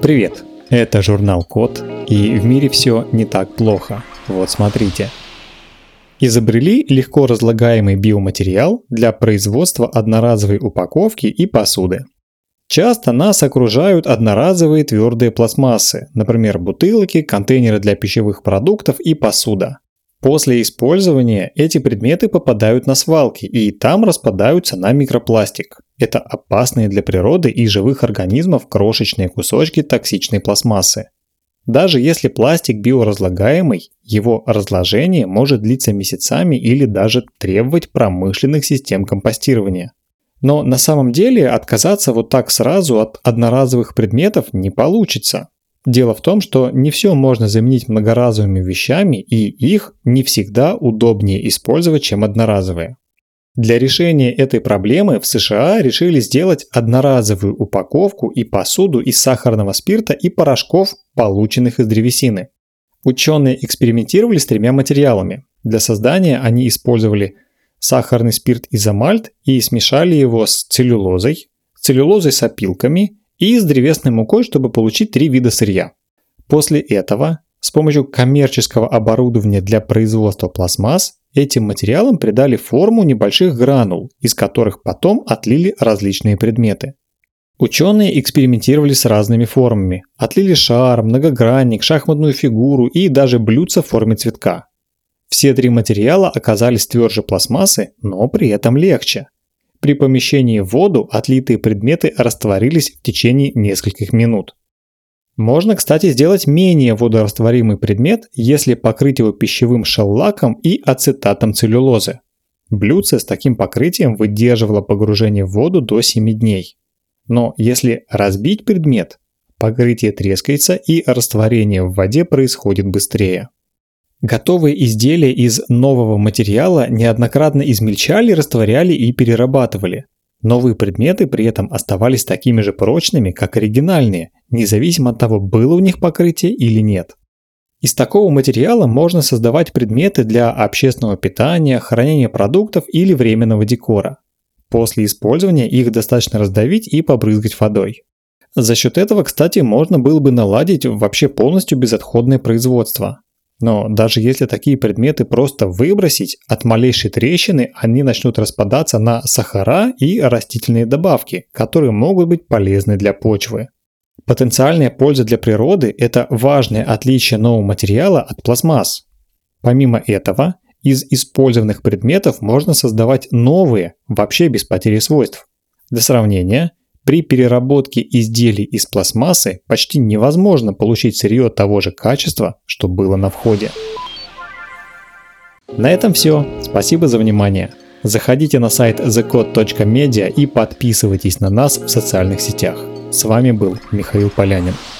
Привет, это журнал Код, и в мире все не так плохо. Вот смотрите. Изобрели легко разлагаемый биоматериал для производства одноразовой упаковки и посуды. Часто нас окружают одноразовые твердые пластмассы, например, бутылки, контейнеры для пищевых продуктов и посуда. После использования эти предметы попадают на свалки и там распадаются на микропластик. Это опасные для природы и живых организмов крошечные кусочки токсичной пластмассы. Даже если пластик биоразлагаемый, его разложение может длиться месяцами или даже требовать промышленных систем компостирования. Но на самом деле отказаться вот так сразу от одноразовых предметов не получится. Дело в том, что не все можно заменить многоразовыми вещами, и их не всегда удобнее использовать, чем одноразовые. Для решения этой проблемы в США решили сделать одноразовую упаковку и посуду из сахарного спирта и порошков, полученных из древесины. Ученые экспериментировали с 3 материалами. Для создания они использовали сахарный спирт изомальт и смешали его с целлюлозой с опилками и с древесной мукой, чтобы получить 3 вида сырья. После этого с помощью коммерческого оборудования для производства пластмасс этим материалам придали форму небольших гранул, из которых потом отлили различные предметы. Ученые экспериментировали с разными формами. Отлили шар, многогранник, шахматную фигуру и даже блюдце в форме цветка. Все 3 материала оказались тверже пластмассы, но при этом легче. При помещении в воду отлитые предметы растворились в течение нескольких минут. Можно, кстати, сделать менее водорастворимый предмет, если покрыть его пищевым шеллаком и ацетатом целлюлозы. Блюдце с таким покрытием выдерживало погружение в воду до 7 дней. Но если разбить предмет, покрытие трескается и растворение в воде происходит быстрее. Готовые изделия из нового материала неоднократно измельчали, растворяли и перерабатывали. Новые предметы при этом оставались такими же прочными, как оригинальные, независимо от того, было у них покрытие или нет. Из такого материала можно создавать предметы для общественного питания, хранения продуктов или временного декора. После использования их достаточно раздавить и побрызгать водой. За счет этого, кстати, можно было бы наладить вообще полностью безотходное производство. Но даже если такие предметы просто выбросить, от малейшей трещины они начнут распадаться на сахара и растительные добавки, которые могут быть полезны для почвы. Потенциальная польза для природы – это важное отличие нового материала от пластмасс. Помимо этого, из использованных предметов можно создавать новые, вообще без потери свойств. Для сравнения, при переработке изделий из пластмассы почти невозможно получить сырье того же качества, что было на входе. На этом все. Спасибо за внимание. Заходите на сайт thecode.media и подписывайтесь на нас в социальных сетях. С вами был Михаил Полянин.